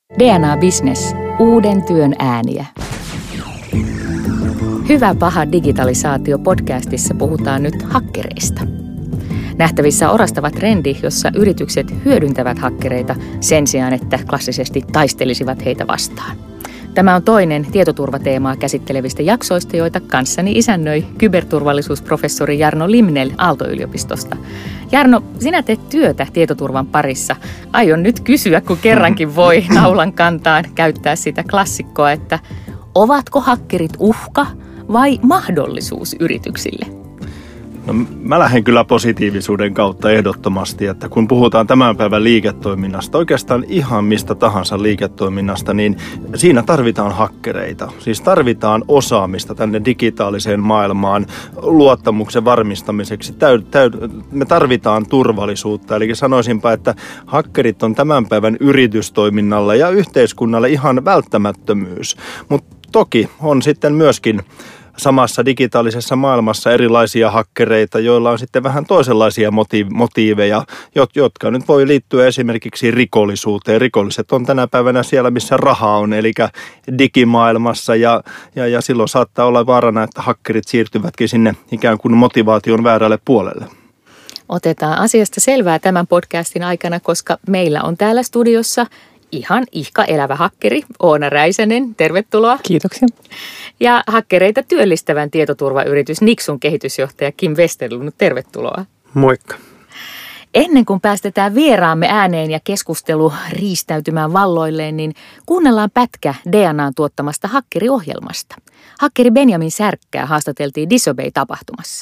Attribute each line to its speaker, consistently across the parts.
Speaker 1: DNA Business. Uuden työn ääniä. Hyvä paha digitalisaatio -podcastissa puhutaan nyt hakkereista. Nähtävissä on orastava trendi, jossa yritykset hyödyntävät hakkereita sen sijaan, että klassisesti taistelisivat heitä vastaan. Tämä on toinen tietoturvateemaa käsittelevistä jaksoista, joita kanssani isännöi kyberturvallisuusprofessori Jarno Limnell Aalto-yliopistosta. Jarno, sinä teet työtä tietoturvan parissa. Aion nyt kysyä, kun kerrankin voi naulan kantaan käyttää sitä klassikkoa, että ovatko hakkerit uhka vai mahdollisuus yrityksille?
Speaker 2: No, mä lähden kyllä positiivisuuden kautta ehdottomasti, että kun puhutaan tämän päivän liiketoiminnasta, oikeastaan ihan mistä tahansa liiketoiminnasta, niin siinä tarvitaan hakkereita. Siis tarvitaan osaamista tänne digitaaliseen maailmaan luottamuksen varmistamiseksi. Me tarvitaan turvallisuutta, eli sanoisinpa, että hakkerit on tämän päivän yritystoiminnalle ja yhteiskunnalle ihan välttämättömyys, mutta toki on sitten myöskin samassa digitaalisessa maailmassa erilaisia hakkereita, joilla on sitten vähän toisenlaisia motiiveja, jotka nyt voi liittyä esimerkiksi rikollisuuteen. Rikolliset on tänä päivänä siellä, missä raha on, eli digimaailmassa, ja silloin saattaa olla vaarana, että hakkerit siirtyvätkin sinne ikään kuin motivaation väärälle puolelle.
Speaker 1: Otetaan asiasta selvää tämän podcastin aikana, koska meillä on täällä studiossa ihan ihka elävä hakkeri, Oona Räisänen. Tervetuloa.
Speaker 3: Kiitoksia.
Speaker 1: Ja hakkereita työllistävän tietoturvayritys Nixun kehitysjohtaja Kim Westerlund. Tervetuloa.
Speaker 3: Moikka.
Speaker 1: Ennen kuin päästetään vieraamme ääneen ja keskustelu riistäytymään valloilleen, niin kuunnellaan pätkä DNAn tuottamasta hakkeriohjelmasta. Hakkeri Benjamin Särkkää haastateltiin Disobey-tapahtumassa.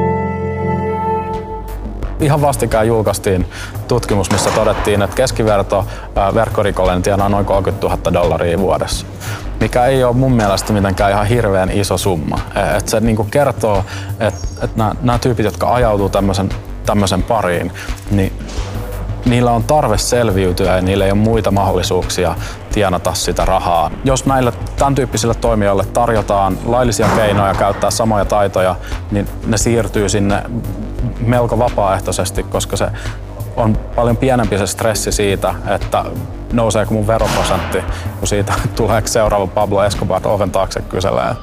Speaker 4: Ihan vastikään julkaistiin tutkimus, missä todettiin, että keskiverto verkkorikollinen tienaa noin $30,000 vuodessa, mikä ei ole mun mielestä mitenkään ihan hirveän iso summa. Et se niinku kertoo, että nämä tyypit, jotka ajautuu tämmöisen pariin, niin niillä on tarve selviytyä ja niillä ei ole muita mahdollisuuksia tienata sitä rahaa. Jos näille tämän tyyppisille toimijoille tarjotaan laillisia keinoja käyttää samoja taitoja, niin ne siirtyy sinne melko vapaaehtoisesti, koska se on paljon pienempi se stressi siitä, että nouseeko mun veroprosentti, kun siitä tulee seuraava Pablo Escobar oven taakse kyselee.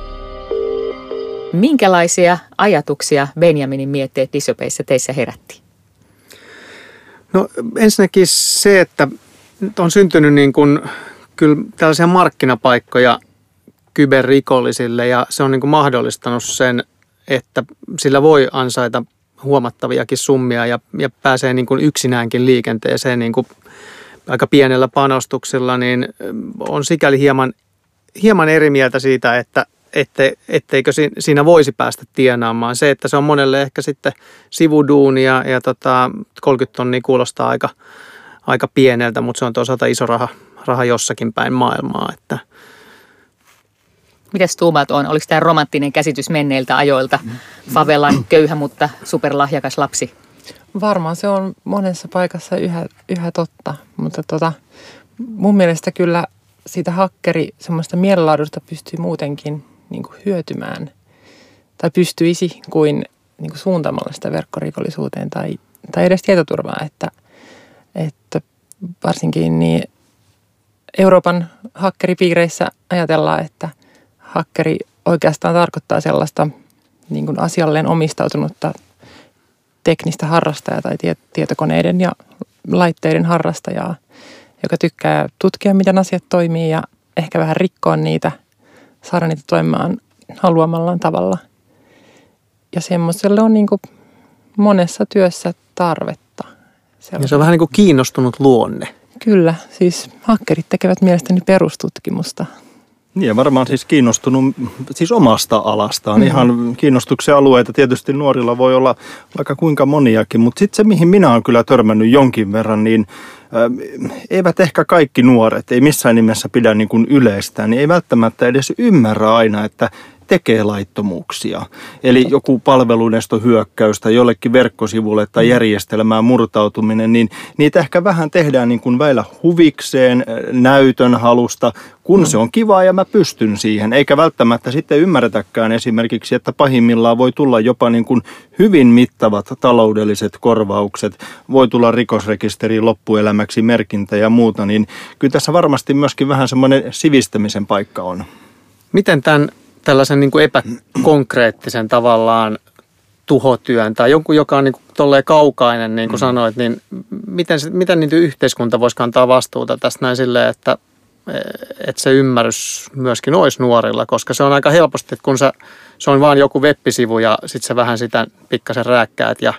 Speaker 1: Minkälaisia ajatuksia Benjaminin mietteet Disobeyssä teissä herätti?
Speaker 3: No ensinnäkin se, että on syntynyt niin kuin kyllä tällaisia markkinapaikkoja kyberrikollisille ja se on niin kuin mahdollistanut sen, että sillä voi ansaita huomattaviakin summia ja pääsee niin kuin yksinäänkin liikenteeseen niin kuin aika pienellä panostuksella, niin on sikäli hieman eri mieltä siitä, etteikö siinä voisi päästä tienaamaan. Se, että se on monelle ehkä sitten sivuduunia ja 30 tonnia kuulostaa aika pieneltä, mutta se on toisaalta iso raha jossakin päin maailmaa. Että.
Speaker 1: Mitäs tuumaat on? Oliko tämä romanttinen käsitys menneiltä ajoilta? Favelan köyhä, mutta superlahjakas lapsi.
Speaker 5: Varmaan se on monessa paikassa yhä totta, mutta mun mielestä kyllä siitä hakkeri semmoista mielenlaadusta pystyy muutenkin niin kuin hyötymään tai pystyisi kuin suuntaamalla sitä verkkorikollisuuteen tai edes tietoturvaa, että varsinkin niin Euroopan hakkeripiireissä ajatellaan, että hakkeri oikeastaan tarkoittaa sellaista niin kuin asialleen omistautunutta teknistä harrastajaa tai tietokoneiden ja laitteiden harrastajaa, joka tykkää tutkia, miten asiat toimii ja ehkä vähän rikkoa niitä, saada niitä toimimaan haluamallaan tavalla. Ja semmoiselle on niin kuin monessa työssä tarvetta.
Speaker 3: Ja se on vähän niin kuin kiinnostunut luonne.
Speaker 5: Kyllä, siis hakkerit tekevät mielestäni perustutkimusta.
Speaker 2: Niin ja varmaan siis kiinnostunut siis omasta alastaan. Ihan kiinnostuksen alueita tietysti nuorilla voi olla vaikka kuinka moniakin, mutta sitten se mihin minä olen kyllä törmännyt jonkin verran, niin eivät ehkä kaikki nuoret, ei missään nimessä pidä niin kuin yleistää, niin ei välttämättä edes ymmärrä aina, että tekee laittomuuksia. Eli joku palvelunestohyökkäys tai jollekin verkkosivulle tai järjestelmään murtautuminen, niin niitä ehkä vähän tehdään niin kuin väillä huvikseen, näytön halusta, kun se on kivaa ja mä pystyn siihen. Eikä välttämättä sitten ymmärretäkään esimerkiksi, että pahimmillaan voi tulla jopa niin kuin hyvin mittavat taloudelliset korvaukset, voi tulla rikosrekisteriin loppuelämäksi merkintä ja muuta, niin kyllä tässä varmasti myöskin vähän semmoinen sivistämisen paikka on. Miten
Speaker 3: Tällaisen niin kuin epäkonkreettisen tavallaan tuhotyön tai jonkun, joka on niin kuin tolleen kaukainen, niin kuin sanoit, niin miten niin yhteiskunta voisi kantaa vastuuta tästä näin silleen, että se ymmärrys myöskin olisi nuorilla, koska se on aika helposti, että kun se on vaan joku web-sivu ja sitten sä vähän sitä pikkasen rääkkäät ja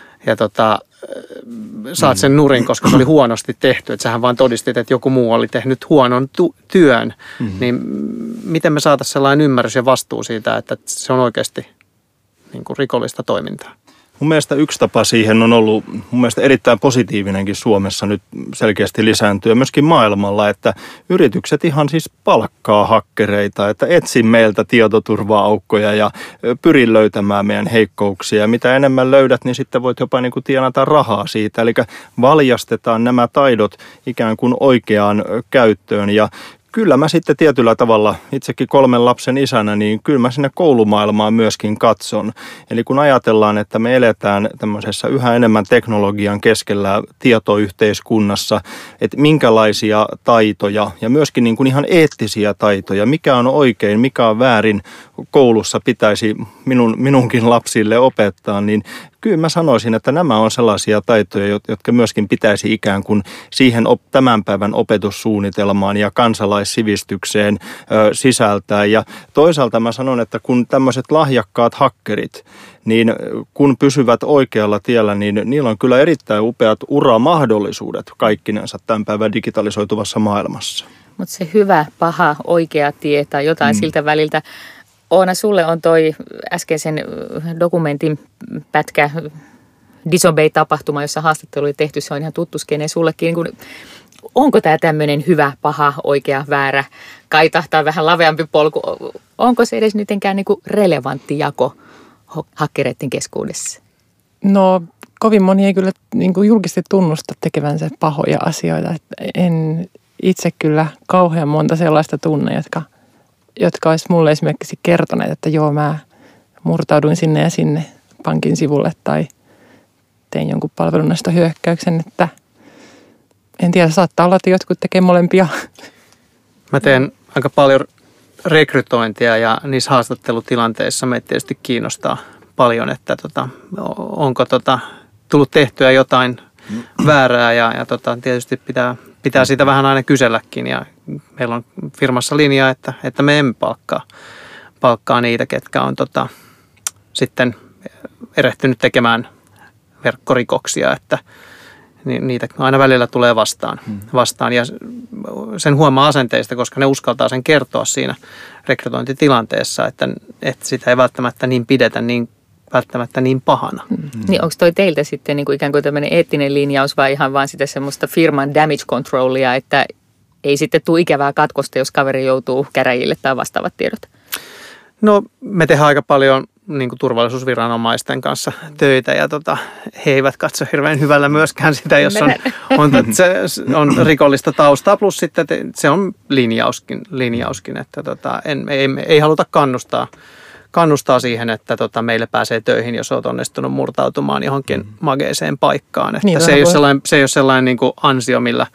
Speaker 3: saat sen nurin, koska se oli huonosti tehty. Että sähän vaan todistit, että joku muu oli tehnyt huonon työn. Niin miten me saataisiin sellainen ymmärrys ja vastuu siitä, että se on oikeasti niin kuin rikollista toimintaa?
Speaker 2: Mun mielestä yksi tapa siihen on ollut mun mielestä erittäin positiivinenkin Suomessa nyt selkeästi lisääntyä myöskin maailmalla, että yritykset ihan siis palkkaa hakkereita, että etsi meiltä tietoturva-aukkoja ja pyri löytämään meidän heikkouksia. Ja mitä enemmän löydät, niin sitten voit jopa niin kuin tienata rahaa siitä. Eli valjastetaan nämä taidot ikään kuin oikeaan käyttöön ja kyllä mä sitten tietyllä tavalla, itsekin 3 lapsen isänä, niin kyllä mä sinne koulumaailmaan myöskin katson. Eli kun ajatellaan, että me eletään tämmöisessä yhä enemmän teknologian keskellä tietoyhteiskunnassa, että minkälaisia taitoja ja myöskin niin kuin ihan eettisiä taitoja, mikä on oikein, mikä on väärin koulussa pitäisi minunkin lapsille opettaa, niin kyllä mä sanoisin, että nämä on sellaisia taitoja, jotka myöskin pitäisi ikään kuin siihen tämän päivän opetussuunnitelmaan ja kansalaissivistykseen sisältää. Ja toisaalta mä sanon, että kun tämmöiset lahjakkaat hakkerit, niin kun pysyvät oikealla tiellä, niin niillä on kyllä erittäin upeat uramahdollisuudet kaikkinensa tämän päivän digitalisoituvassa maailmassa.
Speaker 1: Mutta se hyvä, paha, oikea tie tai jotain siltä väliltä. Oona, sulle on toi äskeisen dokumentin pätkä Disobey-tapahtuma, jossa haastattelu oli tehty. Se on ihan tuttu skene sullekin. Niin onko tämä tämmöinen hyvä, paha, oikea, väärä, kaitahtaa vähän laveampi polku? Onko se edes nytenkään niin kuin relevantti jako hakkereiden keskuudessa?
Speaker 5: No kovin moni ei kyllä niin kuin julkisesti tunnusta tekevänsä pahoja asioita. En itse kyllä kauhean monta sellaista tunne, jotka olisi mulle esimerkiksi kertoneet, että joo, mä murtauduin sinne ja sinne pankin sivulle tai tein jonkun palvelunestohyökkäyksen, että en tiedä, saattaa olla, että jotkut tekee molempia.
Speaker 3: Mä teen aika paljon rekrytointia ja niissä haastattelutilanteissa meitä tietysti kiinnostaa paljon, että onko tullut tehtyä jotain väärää ja tietysti pitää siitä vähän aina kyselläkin ja meillä on firmassa linja, että me emme palkkaa niitä, ketkä on sitten erehtynyt tekemään verkkorikoksia, että niitä aina välillä tulee vastaan ja sen huomaa asenteista, koska ne uskaltaa sen kertoa siinä rekrytointitilanteessa, että sitä ei välttämättä niin pidetä välttämättä niin pahana.
Speaker 1: Niin onko toi teiltä sitten niin kuin ikään kuin tämmöinen eettinen linjaus vai ihan vaan sitä semmoista firman damage controlia, että ei sitten tule ikävää katkosta, jos kaveri joutuu käräjille tai vastaavat tiedot?
Speaker 3: No me tehdään aika paljon niin kuin turvallisuusviranomaisten kanssa töitä ja he eivät katso hirveän hyvällä myöskään sitä, jos on rikollista taustaa. Plus sitten se on linjauskin että ei haluta kannustaa siihen, että meille pääsee töihin, jos olet onnistunut murtautumaan johonkin mageiseen paikkaan. Että niin, se ei ole sellainen niin kuin ansio, millä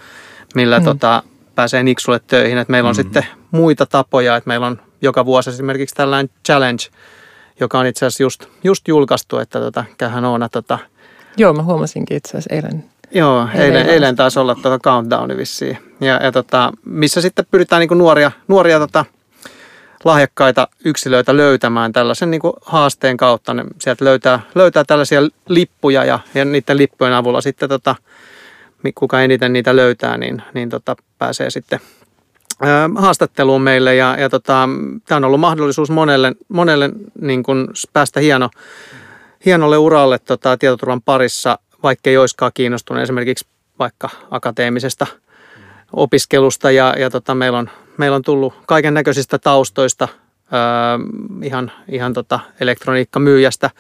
Speaker 3: pääsee niksulle töihin. Että meillä on sitten muita tapoja, että meillä on joka vuosi esimerkiksi tällainen challenge, joka on itse asiassa just julkaistu, että käyhän Oona
Speaker 5: Joo, mä huomasinkin itse asiassa eilen.
Speaker 3: Joo, eilen taisi olla countdowni vissiin. Ja missä sitten pyritään niin kuin nuoria lahjakkaita yksilöitä löytämään tällaisen niin kuin haasteen kautta. Ne sieltä löytää tällaisia lippuja ja niiden lippujen avulla sitten kuka eniten niitä löytää, niin pääsee sitten haastatteluun meille. Ja tämä on ollut mahdollisuus monelle niin kuin päästä hienolle uralle tietoturvan parissa, vaikka ei olisikaan kiinnostunut esimerkiksi vaikka akateemisesta opiskelusta. Ja meillä on tullut kaiken näköisistä taustoista ihan elektroniikkamyyjästä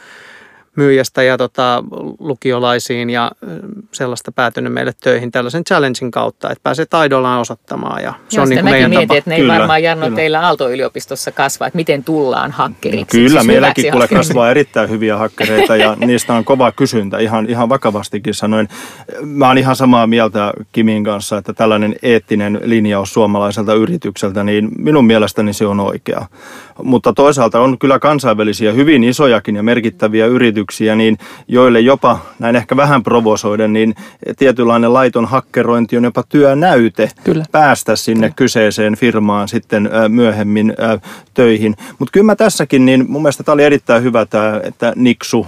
Speaker 3: ja lukiolaisiin ja sellaista päätynyt meille töihin tällaisen challengein kautta, että pääsee taidollaan osoittamaan. Ja se on niin kuin meidän
Speaker 1: tapa. Että ne ei varmaan, Jarno, teillä Aalto-yliopistossa kasva, että miten tullaan hakkeriksi.
Speaker 2: Kyllä, meilläkin kasvaa erittäin hyviä hakkereita ja niistä on kova kysyntä, ihan vakavastikin sanoen. Mä oon ihan samaa mieltä Kimin kanssa, että tällainen eettinen linjaus suomalaiselta yritykseltä, niin minun mielestäni se on oikea. Mutta toisaalta on kyllä kansainvälisiä, hyvin isojakin ja merkittäviä yrityksiä, niin joille jopa, näin ehkä vähän provosoiden, niin tietynlainen laiton hakkerointi on jopa työnäyte päästä sinne kyseiseen firmaan sitten myöhemmin töihin. Mutta kyllä mä tässäkin, niin mun mielestä tämä oli erittäin hyvä, että Niksu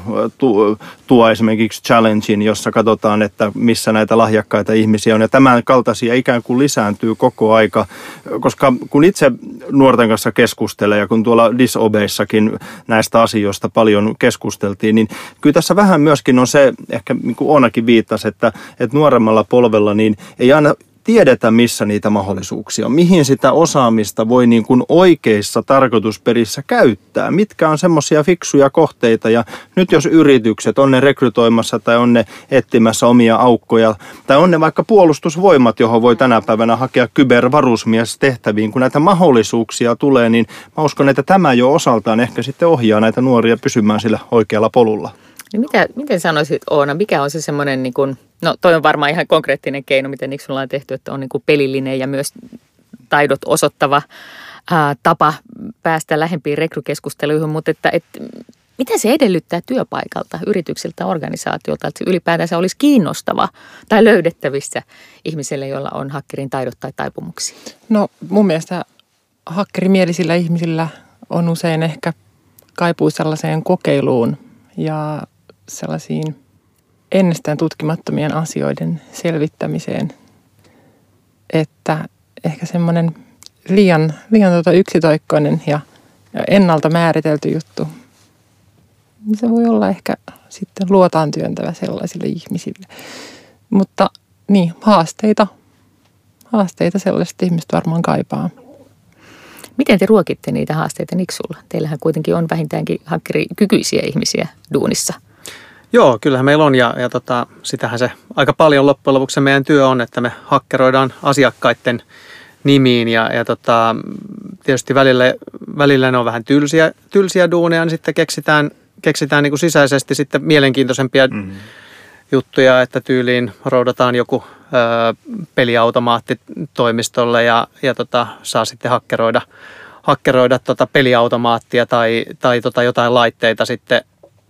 Speaker 2: tuo esimerkiksi challengein, jossa katsotaan, että missä näitä lahjakkaita ihmisiä on. Ja tämän kaltaisia ikään kuin lisääntyy koko aika, koska kun itse nuorten kanssa keskustelee ja kun tuolla Disobeissakin näistä asioista paljon keskusteltiin, niin kyllä tässä vähän myöskin on se, ehkä niin kuin Oonakin viittasi, että nuoremmalla polvella niin ei aina tiedetä, missä niitä mahdollisuuksia on, mihin sitä osaamista voi niin kuin oikeissa tarkoitusperissä käyttää, mitkä on semmoisia fiksuja kohteita ja nyt jos yritykset on ne rekrytoimassa tai on ne etsimässä omia aukkoja tai on ne vaikka puolustusvoimat, johon voi tänä päivänä hakea kybervarusmiestehtäviin, kun näitä mahdollisuuksia tulee, niin mä uskon, että tämä jo osaltaan ehkä sitten ohjaa näitä nuoria pysymään sillä oikealla polulla.
Speaker 1: Niin miten sanoisit, Oona, mikä on se semmoinen, niin kuin, no toi on varmaan ihan konkreettinen keino, miten Niksulla on tehty, että on niin kuin pelillinen ja myös taidot osoittava tapa päästä lähempiin rekrykeskusteluihin, mutta että mitä se edellyttää työpaikalta, yrityksiltä, organisaatiolta, että se ylipäätänsä olisi kiinnostava tai löydettävissä ihmiselle, jolla on hakkerin taidot tai taipumuksia?
Speaker 5: No mun mielestä hakkerimielisillä ihmisillä on usein ehkä kaipuu sellaiseen kokeiluun ja sellaisiin ennestään tutkimattomien asioiden selvittämiseen, että ehkä semmoinen liian yksitoikkoinen ja ennalta määritelty juttu, niin se voi olla ehkä sitten luotaan työntävä sellaisille ihmisille. Mutta niin, haasteita sellaiset ihmiset varmaan kaipaa.
Speaker 1: Miten te ruokitte niitä haasteita Niksulla? Teillähän kuitenkin on vähintäänkin hakkerikykyisiä ihmisiä duunissa. Joo,
Speaker 3: kyllähän meillä on ja sitähän se aika paljon loppujen lopuksi meidän työ on, että me hakkeroidaan asiakkaiden nimiin ja tietysti välillä ne on vähän tylsiä duuneja, niin sitten keksitään niin kuin sisäisesti sitten mielenkiintoisempia juttuja, että tyyliin roudataan joku peliautomaatti toimistolle ja saa sitten hakkeroida peliautomaattia tai jotain laitteita sitten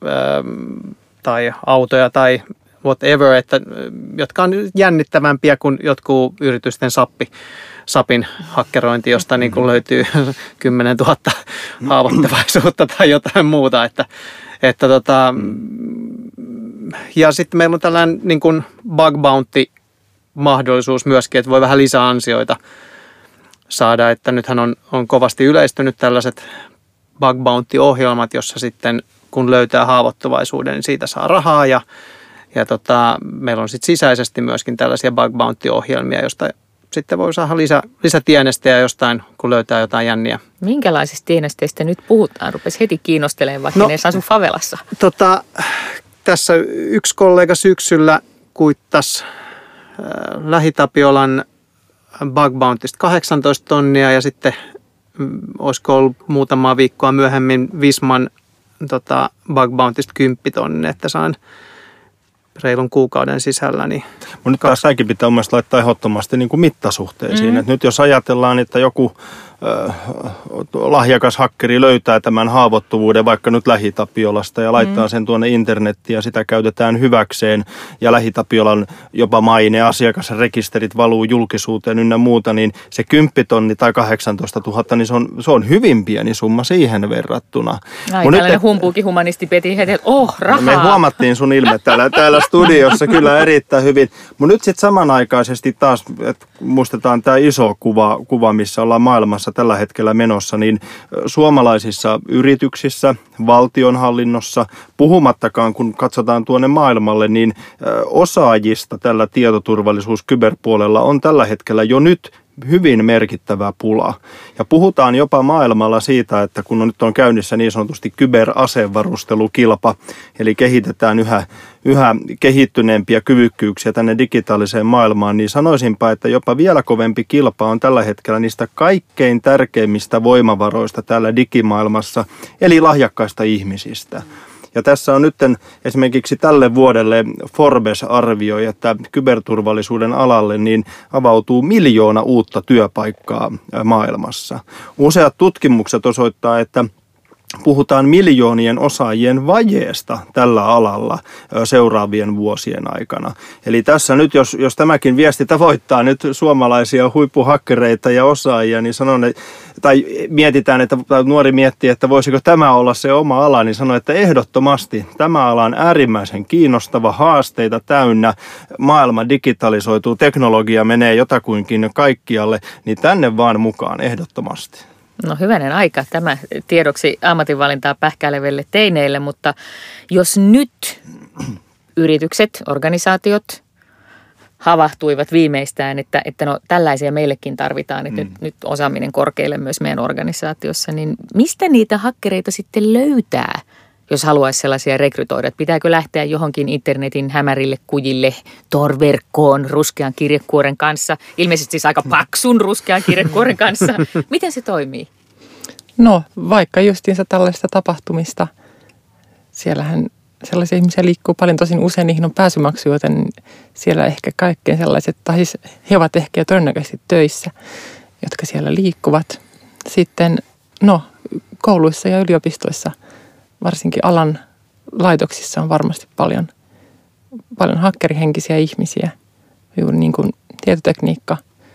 Speaker 3: tai autoja tai whatever, jotka on jännittävämpiä kuin jotkut yritysten SAPin hakkerointi, josta niin kuin löytyy 10 000 haavoittuvaisuutta tai jotain muuta. Ja sitten meillä on tällainen niin kuin bug bounty-mahdollisuus myöskin, että voi vähän lisäansioita saada. Että nythän on kovasti yleistynyt tällaiset bug bounty-ohjelmat, jossa sitten kun löytää haavoittuvaisuuden, niin siitä saa rahaa. Ja meillä on sitten sisäisesti myöskin tällaisia bug bounty-ohjelmia, josta sitten voi saada lisätienestejä jostain, kun löytää jotain jänniä.
Speaker 1: Minkälaisista tienesteistä nyt puhutaan? Rupesi heti kiinnostelemaan, vaikka ne asu favelassa.
Speaker 3: Tässä yksi kollega syksyllä kuittasi Lähi-Tapiolan bug bountysta 18 tonnia ja sitten olisiko ollut muutamaa viikkoa myöhemmin Visman bug bountysta 10 tonnia, että saan reilun kuukauden sisällä. Niin
Speaker 2: mutta nyt tässäkin pitää mun mielestä laittaa ehdottomasti niin kuin mittasuhteisiin. Et nyt jos ajatellaan, että joku lahjakas hakkeri löytää tämän haavoittuvuuden vaikka nyt Lähi-Tapiolasta ja laittaa sen tuonne internettiin ja sitä käytetään hyväkseen ja Lähi-Tapiolan jopa maine, asiakasrekisterit valuu julkisuuteen ynnä muuta, niin se 10 000 tai 18 000, niin se on hyvin pieni summa siihen verrattuna.
Speaker 1: Tällainen humpuukin humanisti peti heti, että rahaa.
Speaker 2: Me huomattiin sun ilme täällä studiossa kyllä erittäin hyvin, mutta nyt sitten samanaikaisesti taas, että muistetaan tämä iso kuva, missä ollaan maailmassa tällä hetkellä menossa, niin suomalaisissa yrityksissä, valtionhallinnossa, puhumattakaan kun katsotaan tuonne maailmalle, niin osaajista tällä tietoturvallisuus-kyberpuolella on tällä hetkellä jo nyt hyvin merkittävä pula. Ja puhutaan jopa maailmalla siitä, että kun nyt on käynnissä niin sanotusti kyberasevarustelukilpa, eli kehitetään yhä kehittyneempiä kyvykkyyksiä tänne digitaaliseen maailmaan, niin sanoisinpa, että jopa vielä kovempi kilpa on tällä hetkellä niistä kaikkein tärkeimmistä voimavaroista täällä digimaailmassa, eli lahjakkaista ihmisistä. Ja tässä on nyt esimerkiksi tälle vuodelle Forbes arvioi, että kyberturvallisuuden alalle niin avautuu 1 miljoona uutta työpaikkaa maailmassa. Useat tutkimukset osoittaa, että puhutaan miljoonien osaajien vajeesta tällä alalla seuraavien vuosien aikana. Eli tässä nyt, jos tämäkin viesti tavoittaa nyt suomalaisia huippuhakkereita ja osaajia, niin sanon, tai mietitään, että nuori miettii, että voisiko tämä olla se oma ala, niin sanon, että ehdottomasti tämä ala on äärimmäisen kiinnostava, haasteita täynnä, maailma digitalisoituu, teknologia menee jotakuinkin kaikkialle, niin tänne vaan mukaan ehdottomasti.
Speaker 1: No hyvänen aika tämä tiedoksi ammatinvalintaa pähkäileville teineille, mutta jos nyt yritykset, organisaatiot havahtuivat viimeistään, että no tällaisia meillekin tarvitaan, että nyt osaaminen korkealle myös meidän organisaatiossa, niin mistä niitä hakkereita sitten löytää, jos haluaisi sellaisia rekrytoida? Että pitääkö lähteä johonkin internetin hämärille kujille, Tor-verkkoon, ruskean kirjekuoren kanssa, ilmeisesti siis aika paksun ruskean kirjekuoren kanssa. Miten se toimii?
Speaker 5: No vaikka justiinsa tällaista tapahtumista. Siellähän sellaisia ihmisiä liikkuu paljon, tosin usein niihin on pääsymaksu, joten siellä ehkä kaikkein sellaiset, tai siis he ovat ehkä jo todennäköisesti töissä, jotka siellä liikkuvat. Sitten kouluissa ja yliopistoissa, varsinkin alan laitoksissa on varmasti paljon hakkerihenkisiä ihmisiä, juuri niin kuin tietotekniikka,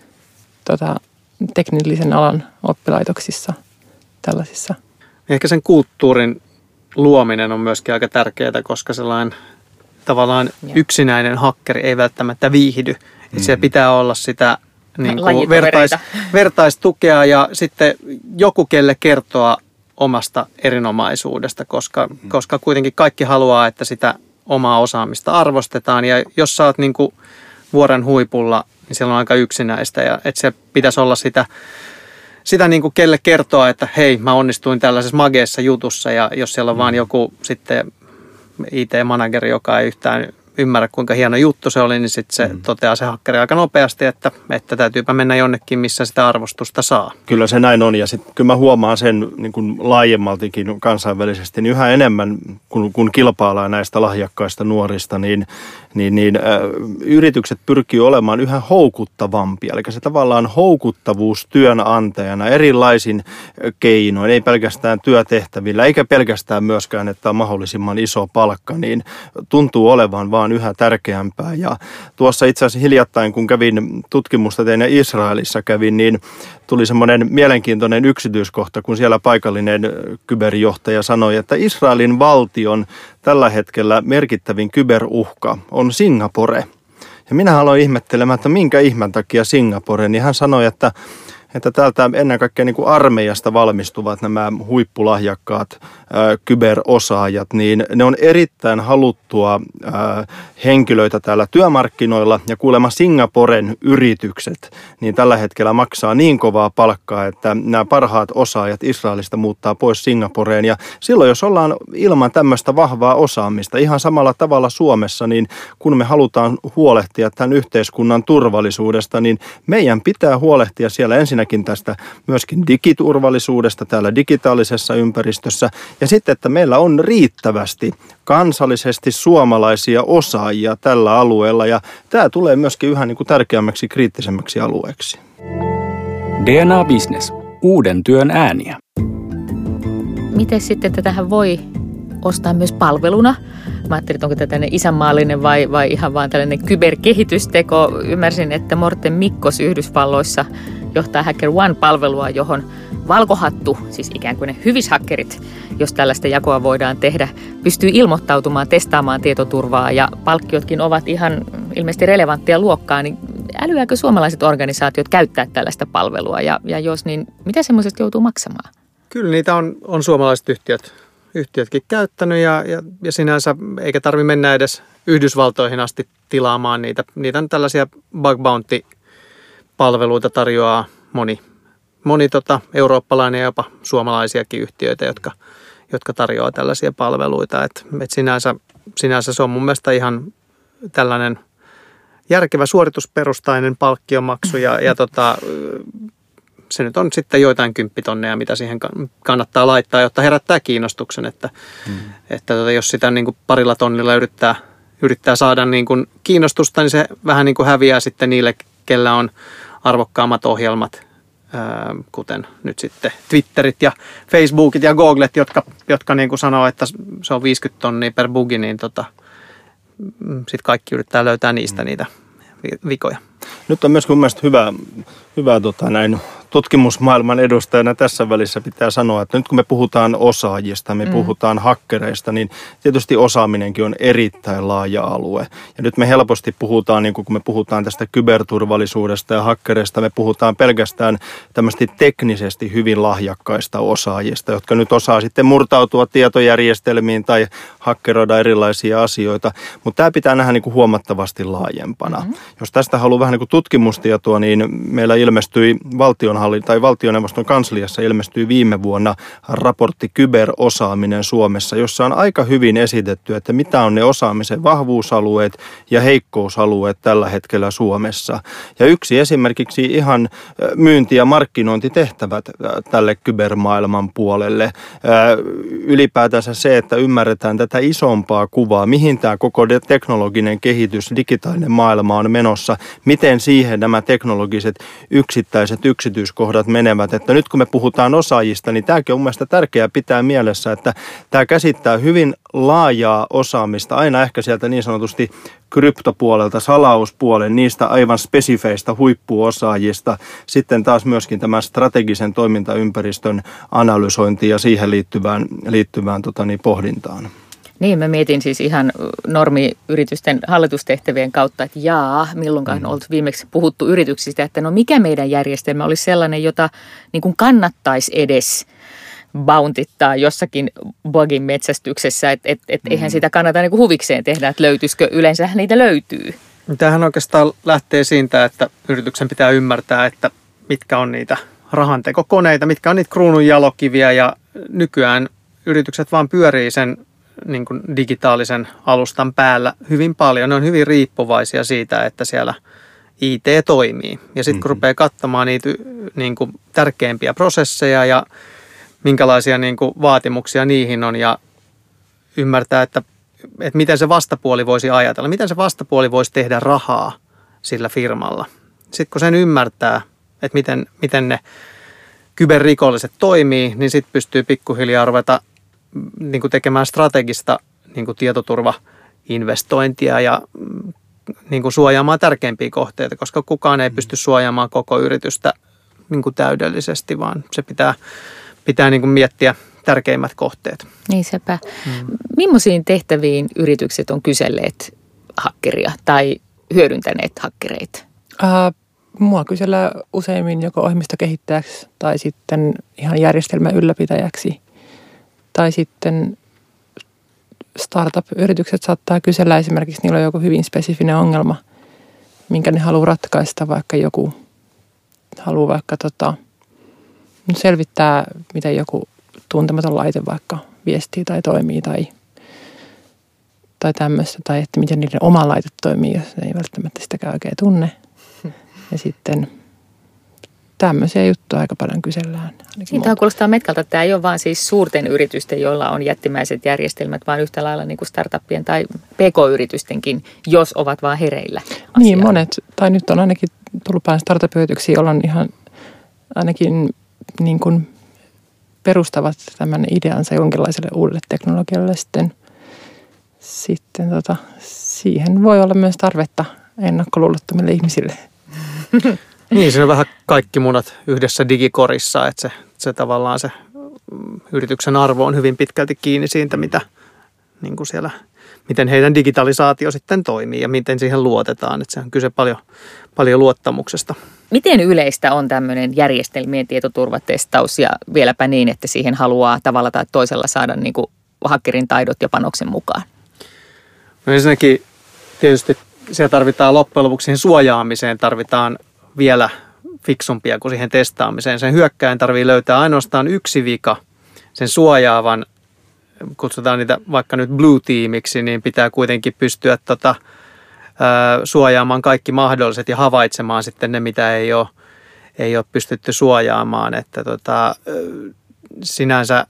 Speaker 5: teknillisen alan oppilaitoksissa, tällaisissa.
Speaker 3: Ehkä sen kulttuurin luominen on myöskin aika tärkeää, koska sellainen tavallaan yksinäinen hakkeri ei välttämättä viihdy. Että siellä pitää olla sitä niin kuin vertaistukea ja sitten joku, kelle kertoa omasta erinomaisuudesta, koska kuitenkin kaikki haluaa, että sitä omaa osaamista arvostetaan. Ja jos sä oot niin kuin vuoren huipulla, niin siellä on aika yksinäistä ja että se pitäisi olla sitä niin kuin kelle kertoa, että hei, mä onnistuin tällaisessa mageessa jutussa ja jos siellä on vaan joku sitten IT-manageri, joka ei yhtään ymmärrä, kuinka hieno juttu se oli, niin sitten se toteaa se hakkeri aika nopeasti, että täytyypä mennä jonnekin, missä sitä arvostusta saa. Kyllä se näin on, ja sitten kyllä mä huomaan sen niin kuin laajemmaltikin kansainvälisesti, niin yhä enemmän, kun kilpaillaan näistä lahjakkaista nuorista, niin yritykset pyrkii olemaan yhä houkuttavampia. Eli se tavallaan houkuttavuus työnantajana erilaisin keinoin, ei pelkästään työtehtävillä, eikä pelkästään myöskään, että on mahdollisimman iso palkka, niin tuntuu olevan vaan yhä tärkeämpää. Ja tuossa itse asiassa hiljattain, kun kävin tutkimusta tein ja Israelissa kävin, niin tuli semmoinen mielenkiintoinen yksityiskohta, kun siellä paikallinen kyberjohtaja sanoi, että Israelin valtion tällä hetkellä merkittävin kyberuhka on Singapore. Ja minä aloin ihmettelemään, että minkä ihmän takia Singapore, niin hän sanoi, että täältä ennen kaikkea niin kuin armeijasta valmistuvat nämä huippulahjakkaat kyberosaajat, niin ne on erittäin haluttua henkilöitä täällä työmarkkinoilla ja kuulemma Singaporen yritykset, niin tällä hetkellä maksaa niin kovaa palkkaa, että nämä parhaat osaajat Israelista muuttaa pois Singaporeen ja silloin jos ollaan ilman tämmöistä vahvaa osaamista ihan samalla tavalla Suomessa, niin kun me halutaan huolehtia tämän yhteiskunnan turvallisuudesta, niin meidän pitää huolehtia siellä ensinnäkin tästä myöskin digiturvallisuudesta täällä digitaalisessa ympäristössä ja sitten, että meillä on riittävästi kansallisesti suomalaisia osaajia tällä alueella ja tämä tulee myöskin yhä niin kuin tärkeämmäksi kriittisemmäksi alueeksi.
Speaker 6: DNA Business. Uuden työn ääniä.
Speaker 1: Miten sitten tätähän voi ostaa myös palveluna? Mä ajattelin, että onko tämä tällainen isänmaallinen vai ihan vaan tällainen kyberkehitysteko. Ymmärsin, että Morten Mikkos Yhdysvalloissa johtaa HackerOne-palvelua, johon valkohattu, siis ikään kuin ne hyvishakkerit, jos tällaista jakoa voidaan tehdä, pystyy ilmoittautumaan, testaamaan tietoturvaa ja palkkiotkin ovat ihan ilmeisesti relevanttia luokkaa, niin älyääkö suomalaiset organisaatiot käyttää tällaista palvelua ja jos niin, mitä semmoisesta joutuu maksamaan?
Speaker 3: Kyllä niitä on suomalaiset yhtiötkin käyttänyt ja sinänsä eikä tarvitse mennä edes Yhdysvaltoihin asti tilaamaan niitä. Niitä on tällaisia bug bounty palveluita tarjoaa moni eurooppalainen ja jopa suomalaisiakin yhtiöitä, jotka tarjoaa tällaisia palveluita. Et sinänsä se on mun mielestä ihan tällainen järkevä suoritusperustainen palkkiomaksu ja se nyt on sitten joitain kymppitonneja, mitä siihen kannattaa laittaa, jotta herättää kiinnostuksen, että jos sitä niin kuin parilla tonnilla yrittää saada niin kuin kiinnostusta, niin se vähän niin kuin häviää sitten niille, kellä on arvokkaammat ohjelmat, kuten nyt sitten Twitterit ja Facebookit ja Googlet, jotka niin kuin sanoo, että se on 50 tonnia per bugi, niin sitten kaikki yrittää löytää niistä niitä vikoja.
Speaker 2: Nyt on myös mun mielestä hyvä näin tutkimusmaailman edustajana tässä välissä pitää sanoa, että nyt kun me puhutaan osaajista, me puhutaan hakkereista, niin tietysti osaaminenkin on erittäin laaja alue. Ja nyt me helposti puhutaan, niin kun me puhutaan tästä kyberturvallisuudesta ja hakkereista, me puhutaan pelkästään tämmöisesti teknisesti hyvin lahjakkaista osaajista, jotka nyt osaa sitten murtautua tietojärjestelmiin tai hakkeroida erilaisia asioita. Mutta tämä pitää nähdä niin kuin huomattavasti laajempana. Jos tästä haluaa vähän niin kuin tutkimustietoa, niin meillä ilmestyi valtioneuvoston kansliassa ilmestyi viime vuonna raportti Kyberosaaminen Suomessa, jossa on aika hyvin esitetty, että mitä on ne osaamisen vahvuusalueet ja heikkousalueet tällä hetkellä Suomessa. Ja yksi esimerkiksi ihan myynti- ja markkinointitehtävät tälle kybermaailman puolelle. Ylipäätänsä se, että ymmärretään tätä isompaa kuvaa, mihin tämä koko teknologinen kehitys, digitaalinen maailma on menossa, miten siihen nämä teknologiset yksittäiset yksityiskohdat menevät. Että nyt kun me puhutaan osaajista, niin tämäkin on mun mielestä tärkeää pitää mielessä, että tämä käsittää hyvin laajaa osaamista, aina ehkä sieltä niin sanotusti kryptopuolelta, salauspuolen, niistä aivan spesifeistä huippuosaajista, sitten taas myöskin tämän strategisen toimintaympäristön analysointiin ja siihen liittyvään pohdintaan.
Speaker 1: Niin, mä mietin siis ihan normiyritysten hallitustehtävien kautta, että milloinkaan on ollut viimeksi puhuttu yrityksistä, että no mikä meidän järjestelmä olisi sellainen, jota niin kuin kannattaisi edes bountittaa jossakin bugin metsästyksessä, että eihän sitä kannata niin kuin huvikseen tehdä, että löytyisikö, yleensä niitä löytyy.
Speaker 3: Tämähän oikeastaan lähtee siitä, että yrityksen pitää ymmärtää, että mitkä on niitä rahantekokoneita, mitkä on niitä kruununjalokiviä ja nykyään yritykset vaan pyörii sen niin kuin digitaalisen alustan päällä hyvin paljon. Ne on hyvin riippuvaisia siitä, että siellä IT toimii. Ja sitten kun rupeaa katsomaan niitä niin kuin tärkeimpiä prosesseja ja minkälaisia niin kuin vaatimuksia niihin on ja ymmärtää, että miten se vastapuoli voisi ajatella, miten se vastapuoli voisi tehdä rahaa sillä firmalla. Sitten kun sen ymmärtää, että miten ne kyberrikolliset toimii, niin sitten pystyy pikkuhiljaa ruveta niin kuin tekemään strategista niin kuin tietoturvainvestointia ja niin kuin suojaamaan tärkeimpiä kohteita, koska kukaan ei pysty suojaamaan koko yritystä niin kuin täydellisesti, vaan se pitää niin kuin miettiä tärkeimmät kohteet.
Speaker 1: Niin sepä. Millaisiin tehtäviin yritykset on kyselleet hakkeria tai hyödyntäneet hakkereita?
Speaker 5: Mua kysellään useimmin joko ohjelmistokehittäjäksi tai sitten ihan järjestelmän ylläpitäjäksi. Tai sitten startup-yritykset saattaa kysellä esimerkiksi, niillä on joku hyvin spesifinen ongelma, minkä ne haluaa ratkaista, vaikka joku haluaa vaikka selvittää, miten joku tuntematon laite vaikka viestii tai toimii tai tämmöistä, tai että miten niiden oma laite toimii, jos ne ei välttämättä sitäkään oikein tunne. Ja sitten tämmöisiä juttuja aika paljon kysellään.
Speaker 1: Tämä kuulostaa Metkalta, että tämä ei ole vaan siis suurten yritysten, joilla on jättimäiset järjestelmät, vaan yhtä lailla niin kuin startuppien tai pk-yritystenkin, jos ovat vaan hereillä asiaan.
Speaker 5: Niin monet, tai nyt on ainakin tullut paljon startup-yrityksiä, joilla on ihan ainakin niin kuin perustavat tämän ideansa jonkinlaiselle uudelle teknologialle. Sitten siihen voi olla myös tarvetta ennakkoluulottomille ihmisille.
Speaker 3: Niin, siinä on vähän kaikki munat yhdessä digikorissa, että se tavallaan se yrityksen arvo on hyvin pitkälti kiinni siitä, niin kuin siellä, miten heidän digitalisaatio sitten toimii ja miten siihen luotetaan. Että se on kyse paljon luottamuksesta.
Speaker 1: Miten yleistä on tämmöinen järjestelmien tietoturvatestaus ja vieläpä niin, että siihen haluaa tavalla tai toisella saada niin kuin hakkerin taidot ja panoksen mukaan?
Speaker 3: No ensinnäkin tietysti siellä tarvitaan loppujen lopuksi siihen suojaamiseen tarvitaan vielä fiksumpia kuin siihen testaamiseen. Sen hyökkääjän tarvii löytää ainoastaan yksi vika, sen suojaavan, kutsutaan niitä vaikka nyt blue teamiksi, niin pitää kuitenkin pystyä suojaamaan kaikki mahdolliset ja havaitsemaan sitten ne, mitä ei ole pystytty suojaamaan. Että sinänsä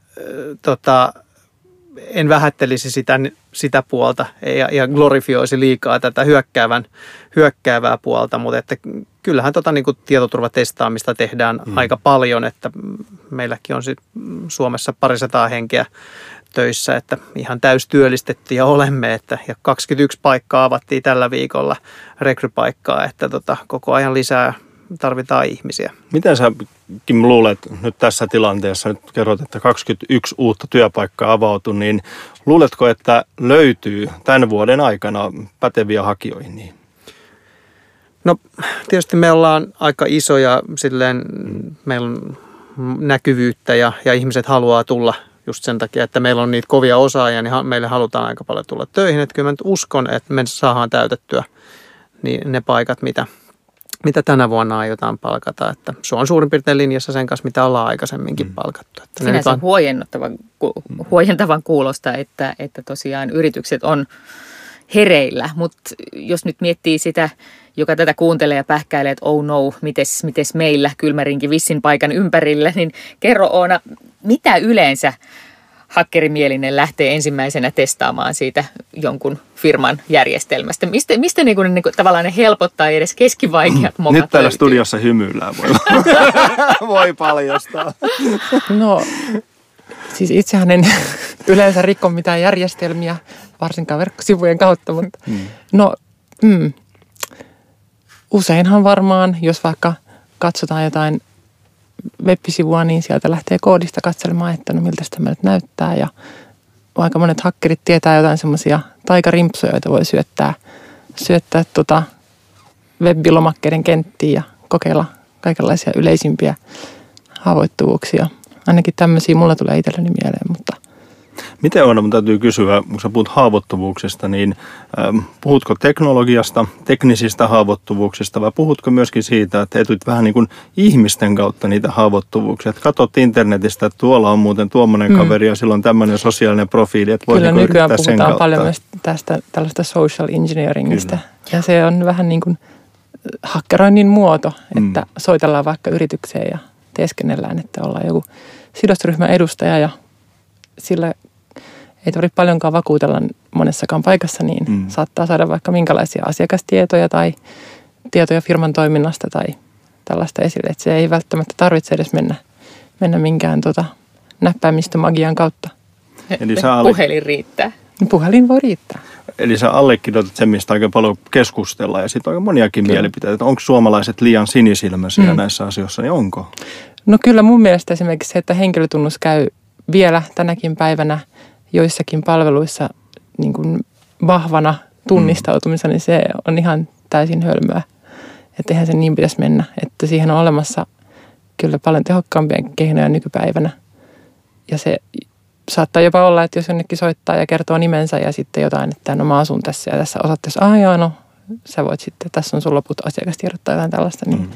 Speaker 3: en vähättelisi sitä puolta ja glorifioisi liikaa tätä hyökkäävää puolta, mutta että kyllähän niin kuin tietoturvatestaamista tehdään aika paljon, että meilläkin on Suomessa 200 henkeä töissä, että ihan täystyöllistettyjä olemme, ja 21 paikkaa avattiin tällä viikolla rekrypaikkaa, että koko ajan lisää tarvitaan ihmisiä.
Speaker 2: Miten sä, Kim, luulet nyt tässä tilanteessa, nyt kerrot, että 21 uutta työpaikkaa avautui, niin luuletko, että löytyy tämän vuoden aikana päteviä hakijoihin?
Speaker 3: No tietysti me ollaan aika isoja, silleen meillä on näkyvyyttä ja ihmiset haluaa tulla just sen takia, että meillä on niitä kovia osaajia, niin meille halutaan aika paljon tulla töihin. Että kyllä mä nyt uskon, että me saadaan täytettyä ne paikat, mitä tänä vuonna aiotaan palkata. Että se on suurin piirtein linjassa sen kanssa, mitä ollaan aikaisemminkin palkattu.
Speaker 1: Sinänsä huojentavan kuulosta, että tosiaan yritykset on hereillä, mutta jos nyt miettii sitä, joka tätä kuuntelee ja pähkäilee, että oh no, mites meillä kylmärinkin vissin paikan ympärillä, niin kerro Oona, mitä yleensä hakkerimielinen lähtee ensimmäisenä testaamaan siitä jonkun firman järjestelmästä? Mistä niin tavallaan ne helpottaa edes keskivaikeat mokat?
Speaker 2: Nyt täällä studiossa hymyillään voi paljastaa.
Speaker 5: No, siis itsehän en yleensä rikko mitään järjestelmiä, varsinkaan verkkosivujen kautta, mutta useinhan varmaan, jos vaikka katsotaan jotain web-sivua, niin sieltä lähtee koodista katselemaan, että no miltä tämä nyt näyttää. Ja aika monet hakkerit tietää jotain semmoisia taikarimpsoja, joita voi syöttää web-lomakkeiden kenttiin ja kokeilla kaikenlaisia yleisimpiä haavoittuvuuksia. Ainakin tämmöisiä mulla tulee itselleni mieleen, mutta...
Speaker 2: Miten on, mun täytyy kysyä, kun sä puhut haavoittuvuuksista, niin puhutko teknologiasta, teknisistä haavoittuvuuksista vai puhutko myöskin siitä, että etyt vähän niin kuin ihmisten kautta niitä haavoittuvuuksia? Että katsot internetistä, että tuolla on muuten tuommoinen kaveri ja sillä on tämmöinen sosiaalinen profiili, että voi
Speaker 5: kyllä
Speaker 2: niin
Speaker 5: nykyään
Speaker 2: yrittää sen
Speaker 5: puhutaan
Speaker 2: kautta.
Speaker 5: paljon myös tällaista social engineeringistä. Kyllä. Ja se on vähän niin kuin hakkeroinnin muoto, että soitellaan vaikka yritykseen ja teeskennellään, että ollaan joku sidosryhmän edustaja ja sillä ei tarvitse paljonkaan vakuutella monessakaan paikassa, niin saattaa saada vaikka minkälaisia asiakastietoja tai tietoja firman toiminnasta tai tällaista esille. Että se ei välttämättä tarvitse edes mennä minkään näppäimistömagian kautta.
Speaker 1: Eli puhelin riittää.
Speaker 5: Puhelin voi riittää.
Speaker 2: Eli sä allekirjoitat sen, mistä aika paljon keskustellaan ja sitten on aika moniakin mielipiteitä. Onko suomalaiset liian sinisilmäisiä näissä asioissa, niin onko?
Speaker 5: No kyllä mun mielestä esimerkiksi se, että henkilötunnus käy vielä tänäkin päivänä joissakin palveluissa niin kuin vahvana tunnistautumisena, niin se on ihan täysin hölmöä. Että eihän sen niin pitäisi mennä. Että siihen on olemassa kyllä paljon tehokkaampia keinoja nykypäivänä. Ja se saattaa jopa olla, että jos jonnekin soittaa ja kertoo nimensä ja sitten jotain, että no mä asun tässä ja tässä osoitteessa, no sä voit sitten, tässä on sun loput asiakastiedot tai jotain tällaista, niin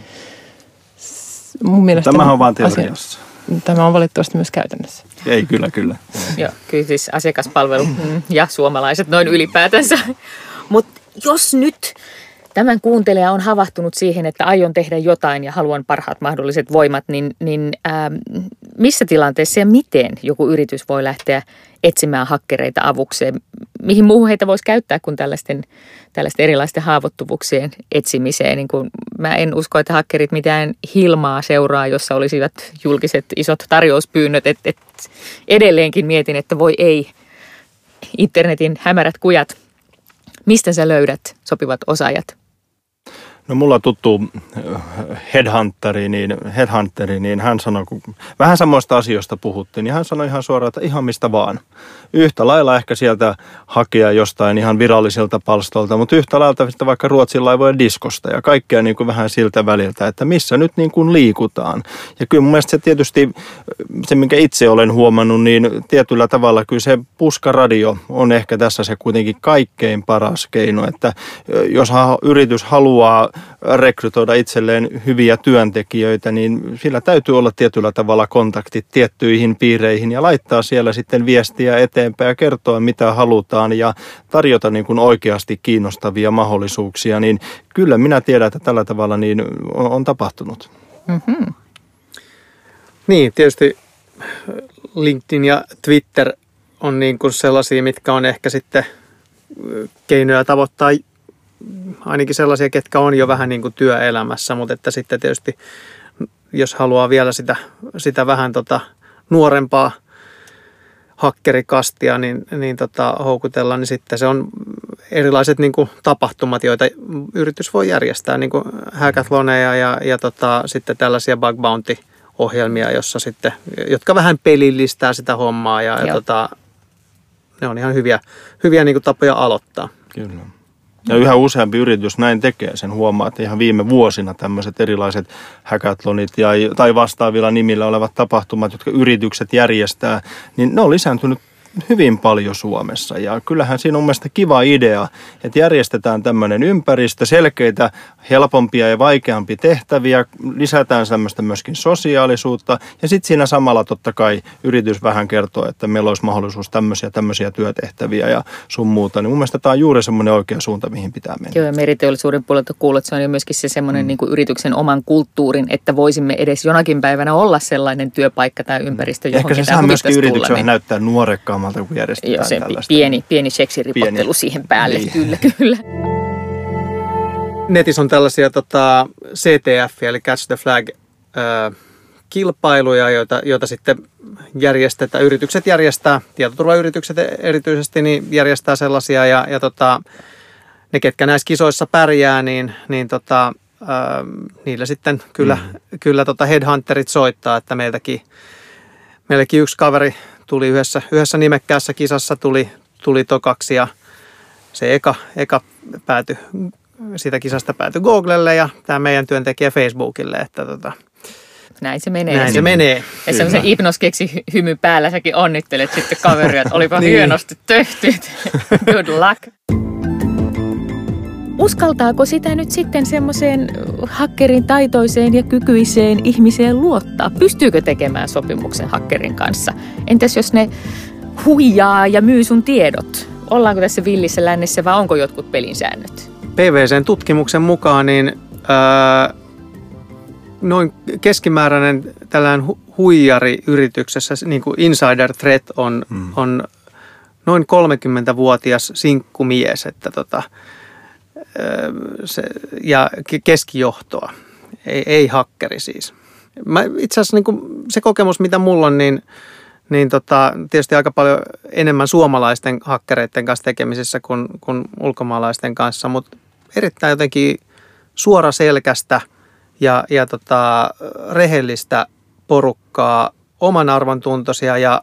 Speaker 5: mun mielestä...
Speaker 2: Tämähän on vaan teoriassa.
Speaker 5: Tämä on valitettavasti myös käytännössä.
Speaker 2: Ei, kyllä.
Speaker 1: Joo, kyllä siis asiakaspalvelu ja suomalaiset noin ylipäätänsä. Mutta jos nyt tämän kuuntelija on havahtunut siihen, että aion tehdä jotain ja haluan parhaat mahdolliset voimat, niin missä tilanteessa ja miten joku yritys voi lähteä etsimään hakkereita avukseen? Mihin muuhun heitä voisi käyttää kuin tällaisten erilaisten haavoittuvuuksien etsimiseen? Niin kun mä en usko, että hakkerit mitään hilmaa seuraa, jossa olisivat julkiset isot tarjouspyynnöt. Et edelleenkin mietin, että voi ei, internetin hämärät kujat. Mistä sä löydät sopivat osaajat?
Speaker 2: No mulla tuttu headhunteri, niin hän sanoi, kun vähän samoista asioista puhuttiin, niin hän sanoi ihan suoraan, että ihan mistä vaan. Yhtä lailla ehkä sieltä hakea jostain ihan viralliselta palstolta, mutta yhtä lailla vaikka Ruotsin laivojen diskosta ja kaikkea niin kuin vähän siltä väliltä, että missä nyt niin kuin liikutaan. Ja kyllä mun mielestä se tietysti, se minkä itse olen huomannut, niin tietyllä tavalla kyllä se puskaradio on ehkä tässä se kuitenkin kaikkein paras keino, että jos yritys haluaa rekrytoida itselleen hyviä työntekijöitä, niin sillä täytyy olla tietyllä tavalla kontaktit tiettyihin piireihin ja laittaa siellä sitten viestiä eteenpäin ja kertoa mitä halutaan ja tarjota niin kuin oikeasti kiinnostavia mahdollisuuksia, niin kyllä minä tiedän, että tällä tavalla niin on tapahtunut.
Speaker 1: Mm-hmm.
Speaker 3: Niin, tietysti LinkedIn ja Twitter on niin kuin sellaisia, mitkä on ehkä sitten keinoja tavoittaa ainakin sellaisia, ketkä on jo vähän niin kuin työelämässä, mutta että sitten tietysti jos haluaa vielä sitä vähän nuorempaa hakkerikastia niin houkutella, niin sitten se on erilaiset niin kuin tapahtumat, joita yritys voi järjestää, niin kuin hackathoneja ja sitten tällaisia bug bounty-ohjelmia, jotka vähän pelillistää sitä hommaa ja ne on ihan hyviä niin kuin tapoja aloittaa.
Speaker 2: Kyllä. Ja yhä useampi yritys näin tekee. Sen huomaa, että ihan viime vuosina tämmöiset erilaiset hackathonit tai vastaavilla nimillä olevat tapahtumat, jotka yritykset järjestää, niin ne on lisääntynyt hyvin paljon Suomessa. Ja kyllähän siinä on mielestäni kiva idea, että järjestetään tämmöinen ympäristö, selkeitä, helpompia ja vaikeampia tehtäviä, lisätään semmoista myöskin sosiaalisuutta ja sitten siinä samalla totta kai yritys vähän kertoo, että meillä olisi mahdollisuus tämmöisiä työtehtäviä ja sun muuta. Niin mun mielestä tämä on juuri semmoinen oikea suunta, mihin pitää mennä.
Speaker 1: Joo, ja meriteollisuuden puolelta kuulet, että se on jo myöskin se semmoinen niin kuin yrityksen oman kulttuurin, että voisimme edes jonakin päivänä olla sellainen työpaikka tai ympäristö, johon
Speaker 2: ehkä se saa myöskin yrityksen niin näyttää nuorekkaan kun järjestetään
Speaker 1: joo, se
Speaker 2: tällaista.
Speaker 1: pieni seksiripottelu siihen päälle,
Speaker 2: niin.
Speaker 1: Kyllä.
Speaker 3: Netissä on tällaisia CTF, eli Catch the Flag kilpailuja, joita sitten yritykset järjestää, tietoturvayritykset erityisesti, niin järjestää sellaisia ja ne, ketkä näissä kisoissa pärjää, niin niillä sitten kyllä headhunterit soittaa, että meilläkin yksi kaveri tuli yhdessä nimekkäässä kisassa tuli tokaksi ja se eka siitä kisasta päätyi Googlelle ja tämä meidän työntekijä Facebookille, että
Speaker 1: näin se menee.
Speaker 3: Näin se menee.
Speaker 1: Ja semmoisen Ipnos-keksi hymy päällä säkin onnittelet sitten kaveria, että olipa hienosti tehty. Good luck. Uskaltaako sitä nyt sitten semmoiseen hakkerin taitoiseen ja kykyiseen ihmiseen luottaa? Pystyykö tekemään sopimuksen hakkerin kanssa? Entäs jos ne huijaa ja myy sun tiedot? Ollaanko tässä villissä lännessä vai onko jotkut pelin säännöt?
Speaker 3: PwC:n tutkimuksen mukaan niin noin keskimääräinen tällainen huijari yrityksessä, niin kuin insider threat on noin 30-vuotias sinkkumies, että ja keskijohtoa, ei hakkeri siis. Itse asiassa niin se kokemus, mitä mulla on, niin tietysti aika paljon enemmän suomalaisten hakkereiden kanssa tekemisissä kuin ulkomaalaisten kanssa, mutta erittäin jotenkin suoraselkäistä ja rehellistä porukkaa, oman arvontuntoisia ja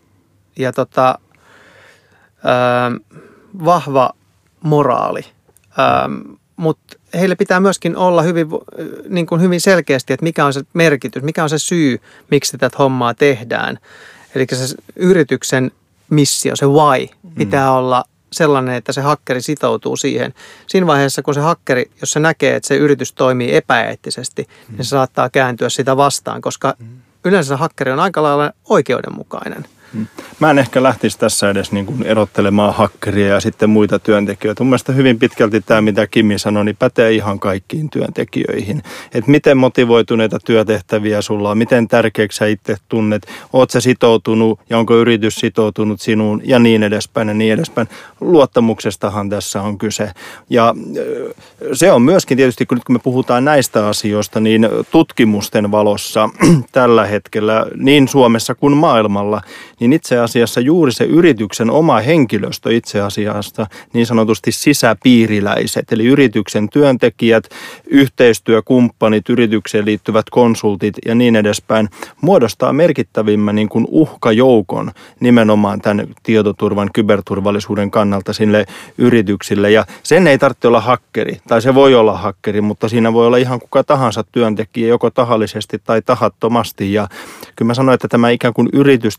Speaker 3: vahva moraali. Mutta heille pitää myöskin olla hyvin selkeästi, että mikä on se merkitys, mikä on se syy, miksi tätä hommaa tehdään. Eli se yrityksen missio, se why, pitää olla sellainen, että se hakkeri sitoutuu siihen. Siinä vaiheessa, kun se hakkeri, jos se näkee, että se yritys toimii epäeettisesti, niin se saattaa kääntyä sitä vastaan, koska yleensä se hakkeri on aika lailla oikeudenmukainen.
Speaker 2: Mä en ehkä lähtisi tässä edes niin kuin erottelemaan hakkeria ja sitten muita työntekijöitä. Mun mielestä hyvin pitkälti tämä, mitä Kimi sanoi, niin pätee ihan kaikkiin työntekijöihin. Että miten motivoituneita työtehtäviä sulla on, miten tärkeäksi sä itse tunnet, oot sä sitoutunut ja onko yritys sitoutunut sinuun ja niin edespäin ja niin edespäin. Luottamuksestahan tässä on kyse. Ja se on myöskin tietysti, kun me puhutaan näistä asioista, niin tutkimusten valossa tällä hetkellä niin Suomessa kuin maailmalla, niin itse asiassa juuri se yrityksen oma henkilöstö itse asiassa, niin sanotusti sisäpiiriläiset, eli yrityksen työntekijät, yhteistyökumppanit, yritykseen liittyvät konsultit ja niin edespäin, muodostaa merkittävimmän niin kuin uhkajoukon nimenomaan tämän tietoturvan, kyberturvallisuuden kannalta sille yrityksille. Ja sen ei tarvitse olla hakkeri, tai se voi olla hakkeri, mutta siinä voi olla ihan kuka tahansa työntekijä, joko tahallisesti tai tahattomasti. Ja kyllä mä sanoin, että tämä ikään kuin yritysten sisäinen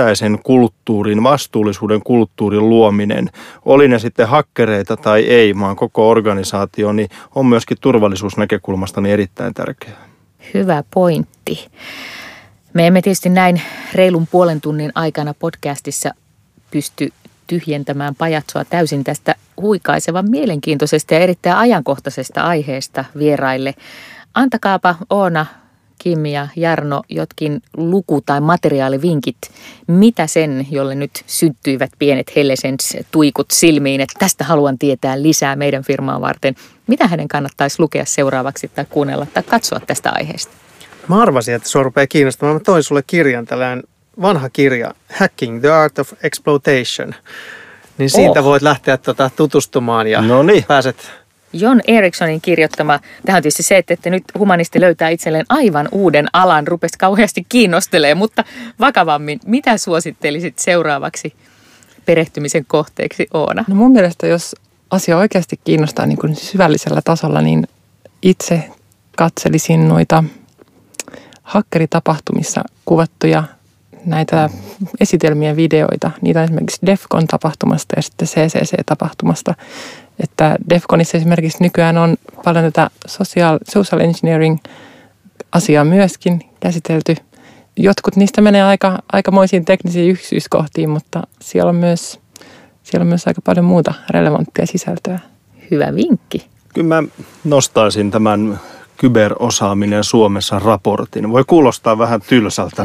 Speaker 2: sisäisen kulttuurin, vastuullisuuden kulttuurin luominen, oli ne sitten hakkereita tai ei, vaan koko organisaatio, niin on myöskin turvallisuusnäkökulmasta niin erittäin tärkeää.
Speaker 1: Hyvä pointti. Me emme tietysti näin reilun puolen tunnin aikana podcastissa pysty tyhjentämään pajatsoa täysin tästä huikaisevan mielenkiintoisesta ja erittäin ajankohtaisesta aiheesta vieraille. Antakaapa Oona, Kim ja Jarno jotkin luku- tai materiaalivinkit, mitä sen, jolle nyt syttyivät pienet Hellesens-tuikut silmiin, että tästä haluan tietää lisää meidän firmaa varten. Mitä hänen kannattaisi lukea seuraavaksi tai kuunnella tai katsoa tästä aiheesta?
Speaker 3: Mä arvasin, että sua rupeaa kiinnostamaan. Mä toin sulle kirjan, tällainen vanha kirja, Hacking the Art of Exploitation. Niin siitä voit lähteä tutustumaan ja pääset...
Speaker 1: John Ericksonin kirjoittama, tähän on tietysti se, että nyt humanisti löytää itselleen aivan uuden alan, rupesi kauheasti kiinnostelemaan, mutta vakavammin, mitä suosittelisit seuraavaksi perehtymisen kohteeksi, Oona?
Speaker 5: No mun mielestä, jos asia oikeasti kiinnostaa niin kuin syvällisellä tasolla, niin itse katselisin noita hakkeritapahtumissa kuvattuja näitä esitelmien videoita. Niitä on esimerkiksi DEFCON-tapahtumasta ja sitten CCC-tapahtumasta. Että DEFCONissa esimerkiksi nykyään on paljon tätä social engineering-asiaa myöskin käsitelty. Jotkut niistä menee aikamoisiin teknisiin yksityiskohtiin, mutta siellä on myös aika paljon muuta relevanttia sisältöä.
Speaker 1: Hyvä vinkki.
Speaker 2: Kyllä mä nostaisin tämän kyberosaaminen Suomessa raportin. Voi kuulostaa vähän tylsältä,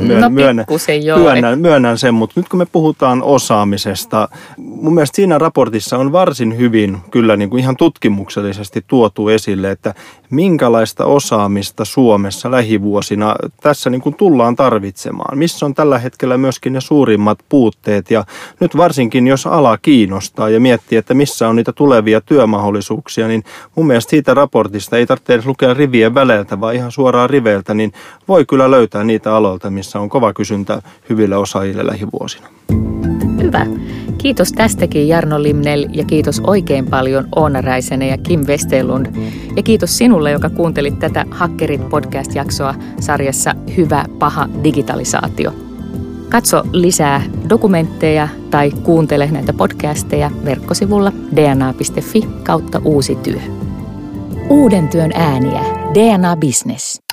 Speaker 2: myönnän sen, mutta nyt kun me puhutaan osaamisesta, mun mielestä siinä raportissa on varsin hyvin kyllä niin kuin ihan tutkimuksellisesti tuotu esille, että minkälaista osaamista Suomessa lähivuosina tässä niin kuin tullaan tarvitsemaan. Missä on tällä hetkellä myöskin ne suurimmat puutteet ja nyt varsinkin jos ala kiinnostaa ja miettii, että missä on niitä tulevia työmahdollisuuksia, niin mun mielestä siitä raportista ei tarvitse edes lukea rivien väleiltä, vaan ihan suoraan riveiltä, niin voi kyllä löytää niitä aloilta, missä on kova kysyntä hyville osaajille lähivuosina.
Speaker 1: Hyvä. Kiitos tästäkin Jarno Limnell ja kiitos oikein paljon Oona Räisänen ja Kim Westerlund. Ja kiitos sinulle, joka kuuntelit tätä Hakkerit podcast-jaksoa sarjassa Hyvä, paha digitalisaatio. Katso lisää dokumentteja tai kuuntele näitä podcasteja verkkosivulla dna.fi/uusi työ. Uuden työn ääniä. DNA Business.